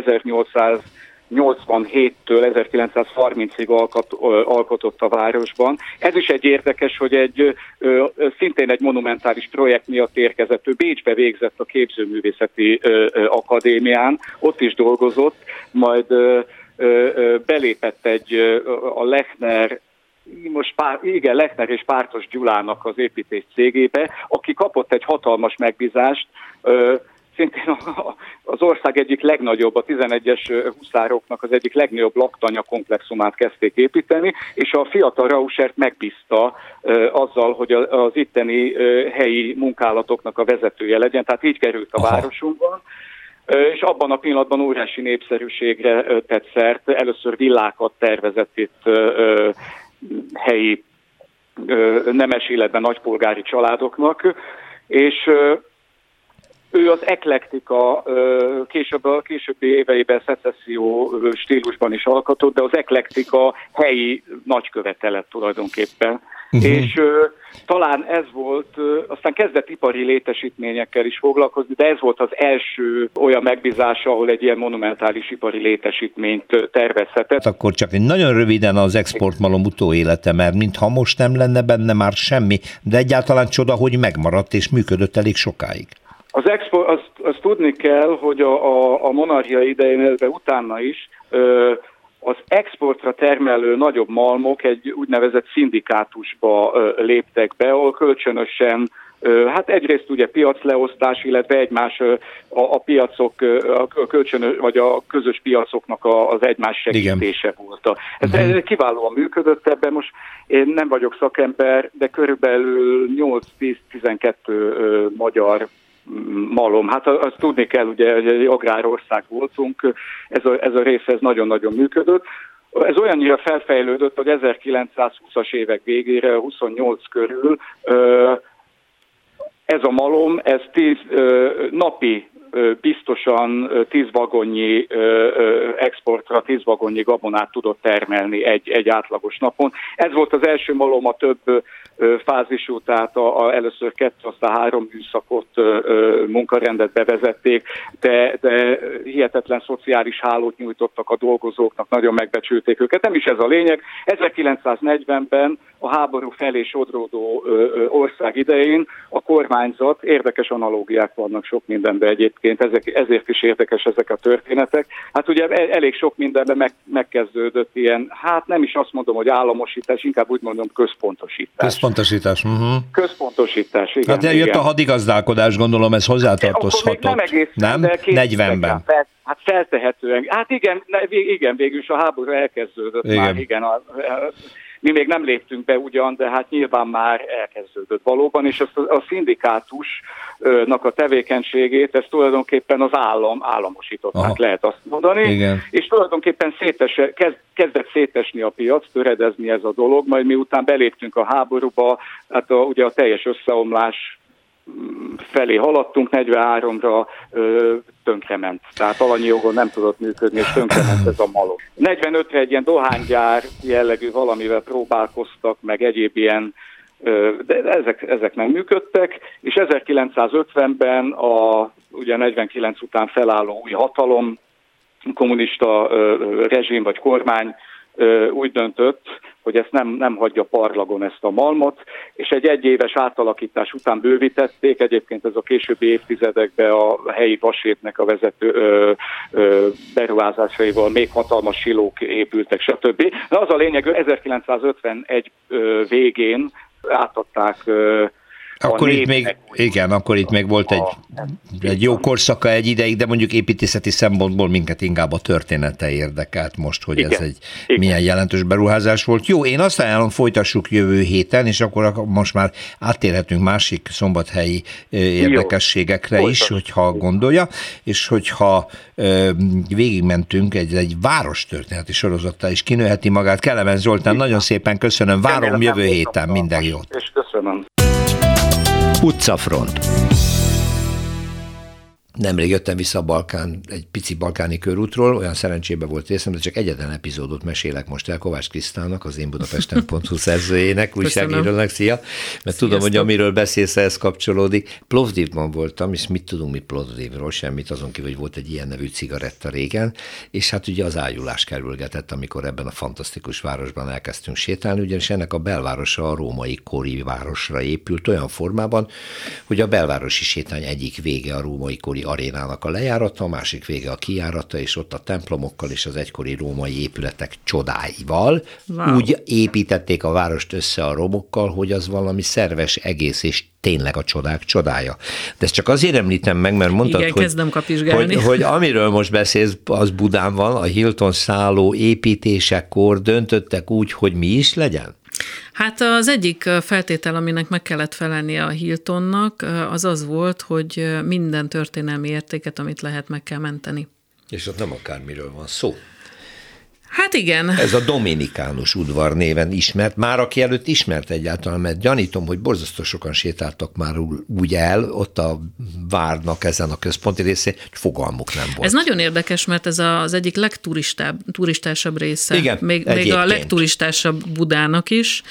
ezernyolcszáznyolcvanhéttől ezerkilencszázharmincig alkot, ö, alkotott a városban. Ez is egy érdekes, hogy egy ö, szintén egy monumentális projekt miatt érkezett. Ő Bécsbe végzett a Képzőművészeti ö, ö, Akadémián, ott is dolgozott, majd ö, ö, belépett egy ö, a Lechner, most pár, igen, Lechner és Pártos Gyulának az építés cégébe, aki kapott egy hatalmas megbízást, ö, szintén az ország egyik legnagyobb, a tizenegyes huszároknak az egyik legnagyobb laktanya komplexumát kezdték építeni, és a fiatal Rauschert megbízta uh, azzal, hogy az itteni uh, helyi munkálatoknak a vezetője legyen, tehát így került a Aha. városunkban. És abban a pillanatban óriási népszerűségre uh, tett szert, először villákat tervezett itt uh, helyi uh, nemes életben nagypolgári családoknak, és uh, ő az eklektika, később, a későbbi éveiben szecesszió stílusban is alkotott, de az eklektika helyi nagykövete lett tulajdonképpen. Uh-huh. És uh, talán ez volt, uh, aztán kezdett ipari létesítményekkel is foglalkozni, de ez volt az első olyan megbízása, ahol egy ilyen monumentális ipari létesítményt tervezhetett. Akkor csak nagyon röviden az exportmalom utóélete, mert mintha most nem lenne benne már semmi, de egyáltalán csoda, hogy megmaradt és működött elég sokáig. Az export, azt, azt tudni kell, hogy a, a, a monarchia idején, de utána is ö, az exportra termelő nagyobb malmok egy úgynevezett szindikátusba ö, léptek be, ahol kölcsönösen, ö, hát egyrészt ugye piacleosztás, illetve egymás ö, a, a piacok, ö, a kölcsönös, vagy a közös piacoknak a, az egymás segítése Igen. volt. Ez, uh-huh. ez kiválóan működött ebben, most én nem vagyok szakember, de körülbelül nyolc-tíz-tizenkettő ö, magyar malom. Hát azt tudni kell, ugye, hogy egy agrárország voltunk, ez a, ez a rész ez nagyon-nagyon működött. Ez olyannyira felfejlődött, hogy ezerkilencszázhúszas évek végére, huszonnyolc körül ez a malom, ez tíz napi biztosan tíz vagonnyi exportra, tíz vagonnyi gabonát tudott termelni egy, egy átlagos napon. Ez volt az első malom, a több fázisú, tehát a, a először kettő, aztán három műszakot munkarendet bevezették, de, de hihetetlen szociális hálót nyújtottak a dolgozóknak, nagyon megbecsülték őket. Nem is ez a lényeg. ezerkilencszáznegyvenben a háború felé sodródó ország idején a kormányzat, érdekes analógiák vannak sok mindenben egyébként, ezek, ezért is érdekes ezek a történetek. Hát ugye elég sok mindenben meg, megkezdődött ilyen, hát nem is azt mondom, hogy államosítás, inkább úgy mondom központosítás. Központosítás. Uh-huh. Központosítás, igen. Hát jött igen. a hadigazdálkodás, gondolom ez hozzátartozhatott. Nem egész, nem? De negyvenben. Hát feltehetően. Hát igen, igen, végül is a háború elkezdődött igen. már, igen. A, mi még nem léptünk be ugyan, de hát nyilván már elkezdődött valóban, és azt a, a szindikátusnak a tevékenységét, ezt tulajdonképpen az állam államosították, aha. lehet azt mondani, igen. és tulajdonképpen szétes, kezd, kezdett szétesni a piac, töredezni ez a dolog, majd miután beléptünk a háborúba, hát a, ugye a teljes összeomlás felé haladtunk, negyvenháromra ö, tönkrement. Tehát alanyi jogon nem tudott működni, és tönkrement ez a malom. negyvenötre egy ilyen dohánygyár jellegű valamivel próbálkoztak, meg egyéb ilyen, ö, de ezek, ezek nem működtek, és ezerkilencszázötvenben a ugye negyvenkilenc után felálló új hatalom, kommunista ö, rezsim vagy kormány ö, úgy döntött, hogy ezt nem, nem hagyja parlagon ezt a malmot, és egy egyéves átalakítás után bővítették, egyébként ez a későbbi évtizedekben a helyi vasértnek a vezető ö, ö, beruházásaival még hatalmas silók épültek, stb. De az a lényeg, ezerkilencszázötvenegy ö, végén átadták ö, Akkor itt még, igen, akkor itt még volt egy, egy jó korszaka egy ideig, de mondjuk építészeti szempontból minket inkább a története érdekelt most, hogy igen, ez egy igen. milyen jelentős beruházás volt. Jó, én azt ajánlom, folytassuk jövő héten, és akkor most már áttérhetünk másik szombathelyi érdekességekre jó. is, hogyha gondolja, és hogyha végigmentünk egy, egy várostörténeti sorozattal is kinőheti magát. Kelemen Zoltán, nagyon szépen köszönöm, várom jövő héten, minden jót. És köszönöm. Utcafront. Nemrég jöttem vissza a Balkán, egy pici balkáni körútról, olyan szerencsébe volt részem, de csak egyetlen epizódot mesélek most el Kovács Krisztának, az én Budapesten pont hu szerzőjének, újságírónak, szia, mert Sziasztok. Tudom, hogy amiről beszélsz, ehhez kapcsolódik. Plovdivban voltam, és mit tudunk mi Plovdivról, semmit, azon kívül, hogy volt egy ilyen nevű cigaretta régen, és hát ugye az ájulás kerülgetett, amikor ebben a fantasztikus városban elkezdtünk sétálni, ugyanis ennek a belvárosa a római kori városra épült olyan formában, hogy a belvárosi sétány egyik vége a római kori arénának a lejárata, a másik vége a kijárata, és ott a templomokkal és az egykori római épületek csodáival wow. úgy építették a várost össze a romokkal, hogy az valami szerves egész, és tényleg a csodák csodája. De ezt csak azért említem meg, mert mondtad, igen, hogy, hogy, hogy amiről most beszélsz, az Budán van, a Hilton szálló építésekor döntöttek úgy, hogy mi is legyen? Hát az egyik feltétel, aminek meg kellett felelnie a Hiltonnak, az az volt, hogy minden történelmi értéket, amit lehet, meg kell menteni. És ott nem akármiről van szó. Hát igen. Ez a Dominikánus udvar néven ismert, már aki előtt ismert egyáltalán, mert gyanítom, hogy borzasztó sokan sétáltak már úgy el, ott a várnak ezen a központi részén, hogy fogalmuk nem volt. Ez nagyon érdekes, mert ez az egyik legturistásabb része. Igen, még, még a legturistásabb Budának is.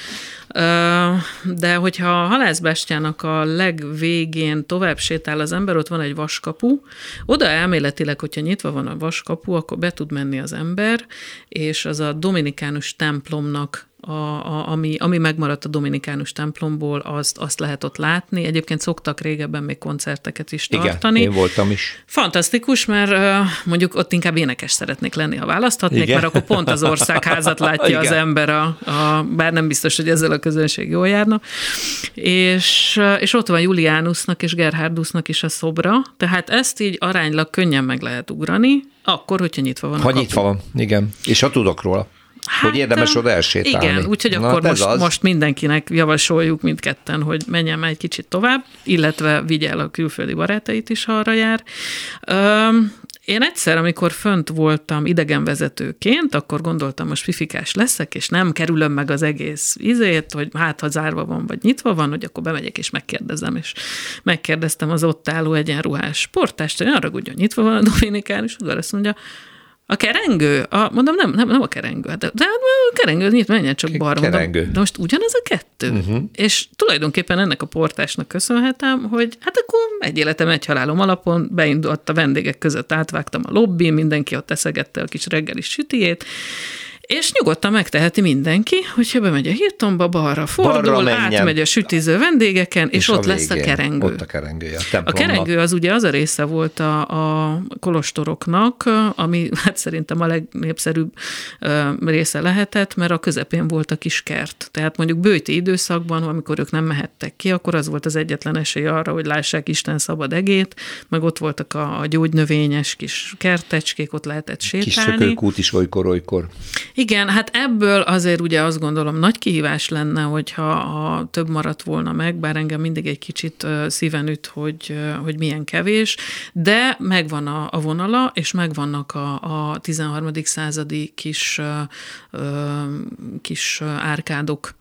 De hogyha a Halász Bástyának a legvégén tovább sétál az ember, ott van egy vaskapu, oda elméletileg, hogyha nyitva van a vaskapu, akkor be tud menni az ember, és az a dominikánus templomnak, a, a, ami, ami megmaradt a dominikánus templomból, azt, azt lehet ott látni. Egyébként szoktak régebben még koncerteket is tartani. Igen, én voltam is. Fantasztikus, mert mondjuk ott inkább énekes szeretnék lenni, ha választhatnék, igen. mert akkor pont az országházat látja igen. az ember, a, a, bár nem biztos, hogy ezzel a közönség jól járna. És, és ott van Julianusnak és Gerhardusnak is a szobra, tehát ezt így aránylag könnyen meg lehet ugrani, akkor, hogyha nyitva van a kapu. Ha nyitva van, igen. És ha tudok róla. Hát, hogy érdemes oda elsétálni. Igen, úgyhogy Na, akkor most, most mindenkinek javasoljuk mindketten, hogy menjen már egy kicsit tovább, illetve vigye el a külföldi barátait is, ha arra jár. Üm, Én egyszer, amikor fönt voltam idegenvezetőként, akkor gondoltam, most fifikás leszek, és nem kerülöm meg az egész izét, hogy hát, ha zárva van, vagy nyitva van, hogy akkor bemegyek és megkérdezem, és megkérdeztem az ott álló egyenruhás sportást, hogy arra ragudjon, nyitva van a Dominikánus udvar, azt mondja, a kerengő? A, mondom, nem, nem, nem a kerengő. De, de a kerengő, nyit, menjen csak balra. Mondom, de most ugyanaz a kettő. Uh-huh. És tulajdonképpen ennek a portásnak köszönhetem, hogy hát akkor egy életem, egy halálom alapon beindult a vendégek között, átvágtam a lobbin, mindenki ott eszegette a kis reggelis sütijét, És nyugodtan megteheti mindenki, hogyha bemegy a Hiltonba, balra fordul, balra átmegy a sütiző vendégeken, és, és ott végén, lesz a kerengő. Ott a kerengő. A, a kerengő az ugye az a része volt a, a kolostoroknak, ami hát szerintem a legnépszerűbb része lehetett, mert a közepén volt a kis kert. Tehát mondjuk bőti időszakban, amikor ők nem mehettek ki, akkor az volt az egyetlen esély arra, hogy lássák Isten szabad egét, meg ott voltak a, a gyógynövényes kis kertecskék, ott lehetett sétálni. Kis szökőkút is olykor-olykor. Igen, hát ebből azért ugye azt gondolom nagy kihívás lenne, hogyha ha több maradt volna meg, bár engem mindig egy kicsit szíven üt, hogy, hogy milyen kevés, de megvan a, a vonala, és megvannak a, a tizenharmadik századi kis, kis árkádok.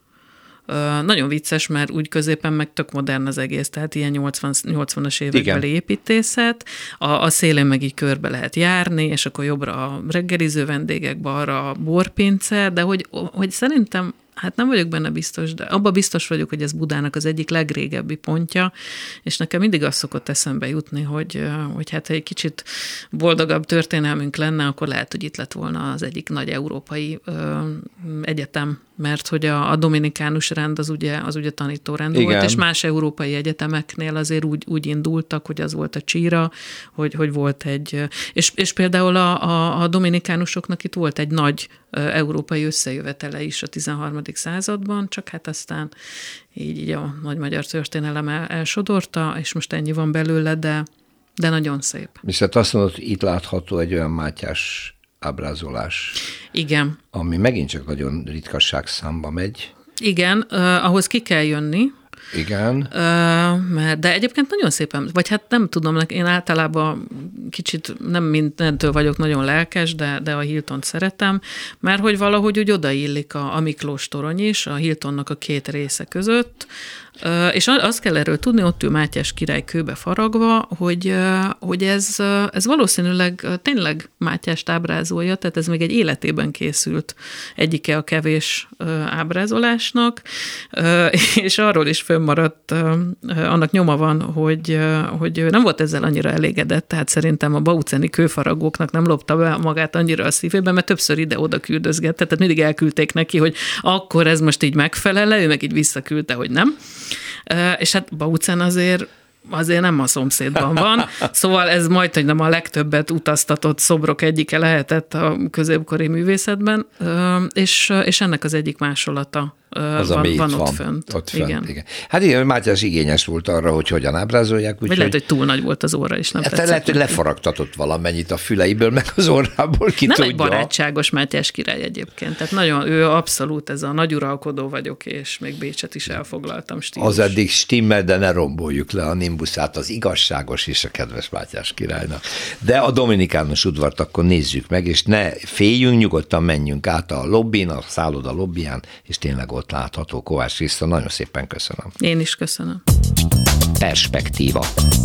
Uh, nagyon vicces, mert úgy középen meg tök modern az egész, tehát ilyen nyolcvan, nyolcvanas évekbeli építészet, a, a szélén meg így körbe lehet járni, és akkor jobbra a reggeliző vendégek, balra a borpince, de hogy, hogy szerintem hát nem vagyok benne biztos, de abban biztos vagyok, hogy ez Budának az egyik legrégebbi pontja, és nekem mindig az szokott eszembe jutni, hogy, hogy hát ha egy kicsit boldogabb történelmünk lenne, akkor lehet, hogy itt lett volna az egyik nagy európai ö, egyetem, mert hogy a, a dominikánus rend az ugye, az ugye tanítórend Igen. volt, és más európai egyetemeknél azért úgy, úgy indultak, hogy az volt a csíra, hogy, hogy volt egy, és, és például a, a, a dominikánusoknak itt volt egy nagy európai összejövetele is a tizenharmadik században, csak hát aztán így, így a nagy magyar történelem el, elsodorta, és most ennyi van belőle, de, de nagyon szép. Viszont azt mondod, itt látható egy olyan Mátyás ábrázolás. Igen. Ami megint csak nagyon ritkasság számba megy. Igen, uh, ahhoz ki kell jönni. Igen. Uh, mert, de egyébként nagyon szépen, vagy hát nem tudom, én általában kicsit nem mindentől vagyok nagyon lelkes, de, de a Hiltont szeretem, mert hogy valahogy úgy odaillik a, a Miklós torony is, a Hiltonnak a két része között, Uh, és azt kell erről tudni, ott ül Mátyás király kőbe faragva, hogy, uh, hogy ez, uh, ez valószínűleg uh, tényleg Mátyást ábrázolja, tehát ez még egy életében készült egyike a kevés uh, ábrázolásnak, uh, és arról is fönnmaradt, uh, uh, annak nyoma van, hogy, uh, hogy nem volt ezzel annyira elégedett, tehát szerintem a bauceni kőfaragóknak nem lopta be magát annyira a szívébe, mert többször ide-oda küldözgette, tehát mindig elküldték neki, hogy akkor ez most így megfelel-e, ő meg így visszaküldte, hogy nem. Uh, és hát Baucen azért, azért nem a szomszédban van, szóval ez majd, hogy nem a legtöbbet utaztatott szobrok egyike lehetett a középkori művészetben, uh, és, és ennek az egyik másolata az, van, ami van ott, ott van, fönt. ott fönt. Igen. Igen. Hát igen, Mátyás igényes volt arra, hogy hogyan ábrázolják. Úgy, Vagy lehet, hogy túl nagy volt az óra is. Nem hát lehet, hogy lefaragtatott valamennyit a füleiből, meg az orrából, ki nem tudja. Egy barátságos Mátyás király egyébként. Tehát nagyon, ő abszolút ez a nagy uralkodó vagyok, és még Bécset is elfoglaltam stílus. Az eddig stimmel, de ne romboljuk le a nimbuszát, az igazságos és a kedves Mátyás királynak. De a dominikánus udvart akkor nézzük meg, és ne féljünk, nyugodtan menjünk át a lobbin, a szálloda lobbyján, és tényleg ott látható Kovács Kriszta. Nagyon szépen köszönöm. Én is köszönöm. Perspektíva.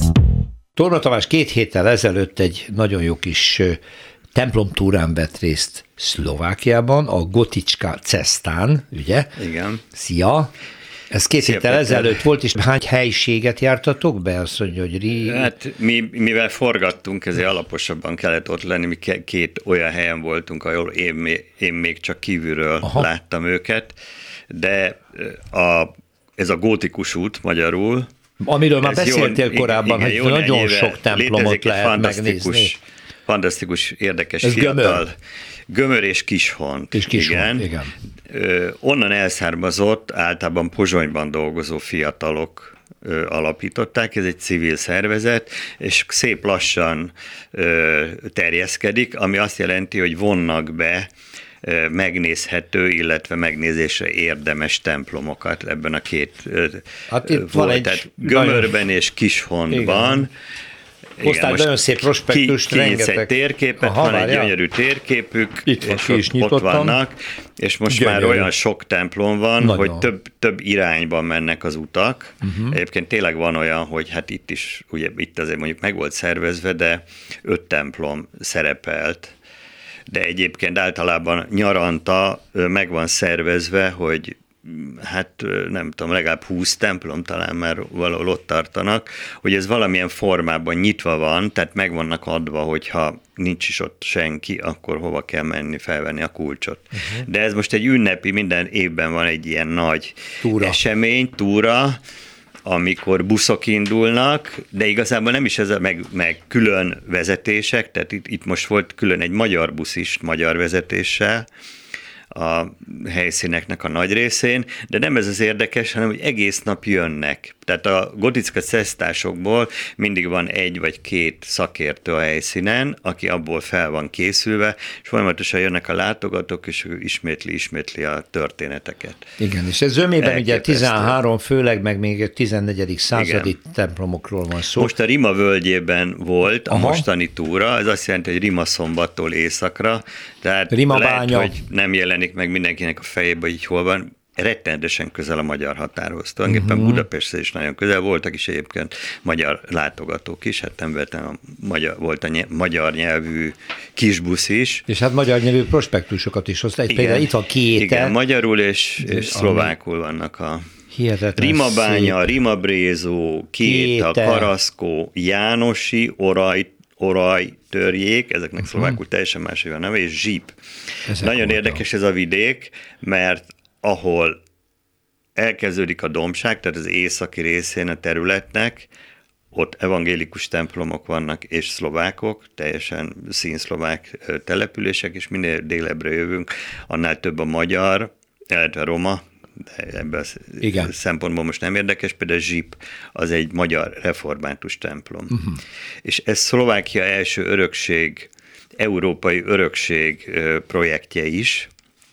Torna Tamás két héttel ezelőtt egy nagyon jó kis templomtúrán vett részt Szlovákiában, a Goticska cestán, ugye? Igen. Szia! Ez két héttel ezelőtt volt, és hány helységet jártatok be? Azt mondja, hogy ré... Hát mi, mivel forgattunk, ezért alaposabban kellett ott lenni, mi két olyan helyen voltunk, ahol én, én még csak kívülről Aha. láttam őket, de a, ez a gótikus út magyarul. Amiről már beszéltél jó, korábban, igen, hogy nagyon sok templomot lehet fantasztikus, megnézni. Fantasztikus, érdekes ez fiatal. Gömör. Gömör és Kishont. És Kishont, igen. igen. Ö, onnan elszármazott, általában Pozsonyban dolgozó fiatalok ö, alapították, ez egy civil szervezet, és szép lassan ö, terjeszkedik, ami azt jelenti, hogy vonnak be ö, megnézhető, illetve megnézésre érdemes templomokat ebben a két hát itt volt, van egy Gömörben és Kishontban. Igen. Hoztál nagyon szép prospektust, ki, rengeteg. Egy térképet, Aha, van egy várjál. gyönyörű térképük, itt van, és ott, ott vannak, és most gyönyörű. Már olyan sok templom van, nagyon. Hogy több, több irányban mennek az utak. Uh-huh. Egyébként tényleg van olyan, hogy hát itt is, ugye itt azért mondjuk meg volt szervezve, de öt templom szerepelt. De egyébként általában nyaranta meg van szervezve, hogy hát nem tudom, legalább húsz templom talán már valahol ott tartanak, hogy ez valamilyen formában nyitva van, tehát meg vannak adva, hogyha nincs is ott senki, akkor hova kell menni, felvenni a kulcsot. Uh-huh. De ez most egy ünnepi, minden évben van egy ilyen nagy túra. esemény, túra, amikor buszok indulnak, de igazából nem is ez a, meg, meg külön vezetések, tehát itt, itt most volt külön egy magyar busz is, magyar vezetéssel, a helyszíneknek a nagy részén, de nem ez az érdekes, hanem hogy egész nap jönnek. Tehát a Goticka cesztásokból mindig van egy vagy két szakértő a helyszínen, aki abból fel van készülve, és folyamatosan jönnek a látogatók, és ő ismétli, ismétli a történeteket. Igen, és ez zömében ugye tizenhárom, főleg meg még a tizennegyedik századi Igen. templomokról van szó. Most a Rima völgyében volt Aha. a mostani túra, ez azt jelenti, hogy Rima szombattól északra, tehát Rima lehet, bánya. hogy nem jelenik meg mindenkinek a fejébe, hogy így hol van, rettenetesen közel a magyar határhoz. Tulajdonképpen uh-huh. Budapestre is nagyon közel, voltak is egyébként magyar látogatók is, hát nem vettem, a magyar, volt a ny- magyar nyelvű kisbusz is. És hát magyar nyelvű prospektusokat is hozta. Például itt van Kiéte. Igen, magyarul és, és szlovákul vannak a Rimabánya, Rimabrézó, Kéta, Karaszkó, Jánosi, Oraj, Oraj, Törjék, ezeknek uh-huh. szlovákul teljesen más a neve, és Zsíp. Ezek nagyon voltam. Érdekes ez a vidék, mert ahol elkezdődik a dombság, tehát az északi részén a területnek, ott evangélikus templomok vannak, és szlovákok, teljesen színszlovák települések, és minél délebbre jövünk, annál több a magyar, illetve a roma, de ebben a szempontból most nem érdekes, például Zsíp az egy magyar református templom. Uh-huh. És ez Szlovákia első örökség, európai örökség projektje is,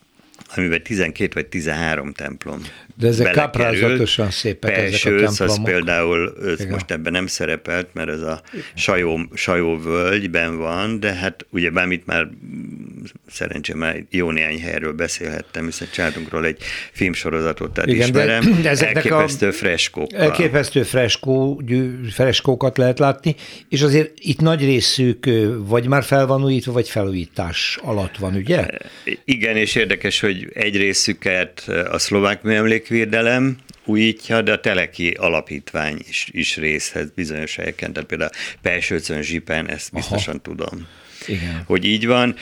amiben tizenkét vagy tizenhárom templom De ezek káprázatosan szépek ezek a templomok. Az például az most ebben nem szerepelt, mert ez a Sajó, Sajó völgyben van, de hát ugye bármit már szerencsém már jó néhány helyről beszélhettem, hiszen csináltunkról egy filmsorozatot, tehát Igen, ismerem, de, de elképesztő freskókkal. Elképesztő freskó, freskókat lehet látni, és azért itt nagy részük vagy már fel van újítva, vagy felújítás alatt van, ugye? Igen, és érdekes, hogy egy részüket a szlovák műemlékvédelem újítja, de a Teleki Alapítvány is, is részhez bizonyos helyeken, tehát például Pelsőcön, Zsipen, ezt biztosan Aha. tudom, Igen. hogy így van.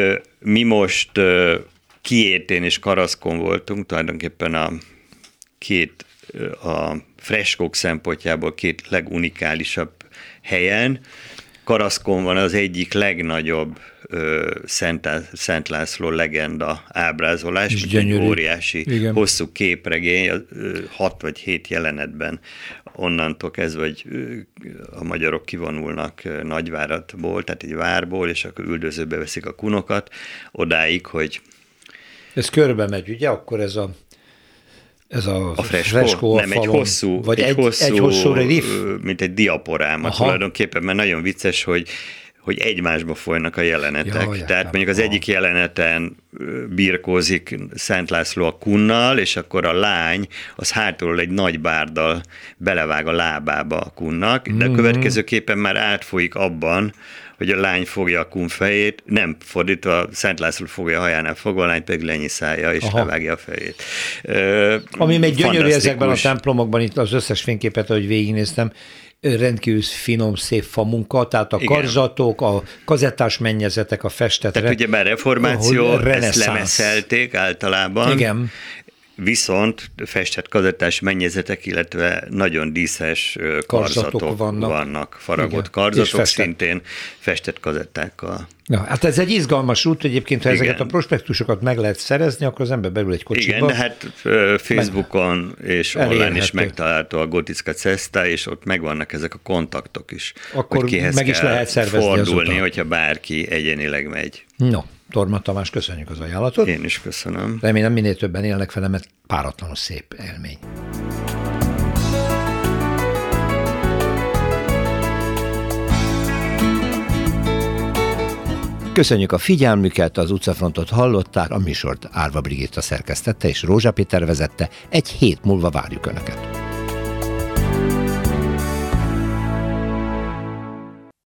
Mi most Kiétén és Karaszkon voltunk, tulajdonképpen a két a freskók szempontjából két legunikálisabb helyen. Karaszkon van az egyik legnagyobb Szent, Szent László legenda ábrázolás, mint egy óriási, Igen. hosszú képregény, hat vagy hét jelenetben onnantól kezdve, hogy a magyarok kivonulnak Nagyváradból, tehát egy várból, és akkor üldözőbe veszik a kunokat, odáig, hogy... Ez körbe megy, ugye? Akkor ez a Ez a, a freskó, freskó a nem, falon, egy hosszú, vagy egy, egy hosszú, egy hosszú relief? Mint egy diaporáma Aha. tulajdonképpen, mert nagyon vicces, hogy hogy egymásba folynak a jelenetek. Ja, Tehát mondjuk az egyik jeleneten birkózik Szent László a kunnal, és akkor a lány az hátulról egy nagy bárdal belevág a lábába a kunnak, de a következőképpen már átfolyik abban, hogy a lány fogja a kun fejét, nem fordítva, Szent László fogja a hajánál fogva, a lány pedig lenyiszálja, és Aha. levágja a fejét. Ami még gyönyörű ezekben a templomokban, itt az összes fényképet, ahogy végignéztem, rendkívül finom, szép famunka, tehát a Igen. karzatok, a kazettás mennyezetek, a festett... Tehát ugye már reformáció, ezt lemeszelték általában. Igen. Viszont festett kazettás mennyezetek, illetve nagyon díszes karzatok, karzatok vannak. vannak, faragott Igen. karzatok, festett. Szintén festett kazettákkal. Ja, hát ez egy izgalmas út egyébként, ha Igen. ezeket a prospektusokat meg lehet szerezni, akkor az ember belül egy kocsiba. Igen, de hát Facebookon meg és online is megtalálható a Goticka Cesta, és ott megvannak ezek a kontaktok is. Akkor meg is lehet szervezni fordulni, azután. hogyha bárki egyénileg megy. No. Torma Tamás, köszönjük az ajánlatot. Én is köszönöm. Remélem minél többen élnek vele, mert páratlanul szép élmény. Köszönjük a figyelmüket, az utcafrontot hallották, a műsort Árva Brigitta szerkesztette és Rózsa Péter vezette, egy hét múlva várjuk Önöket.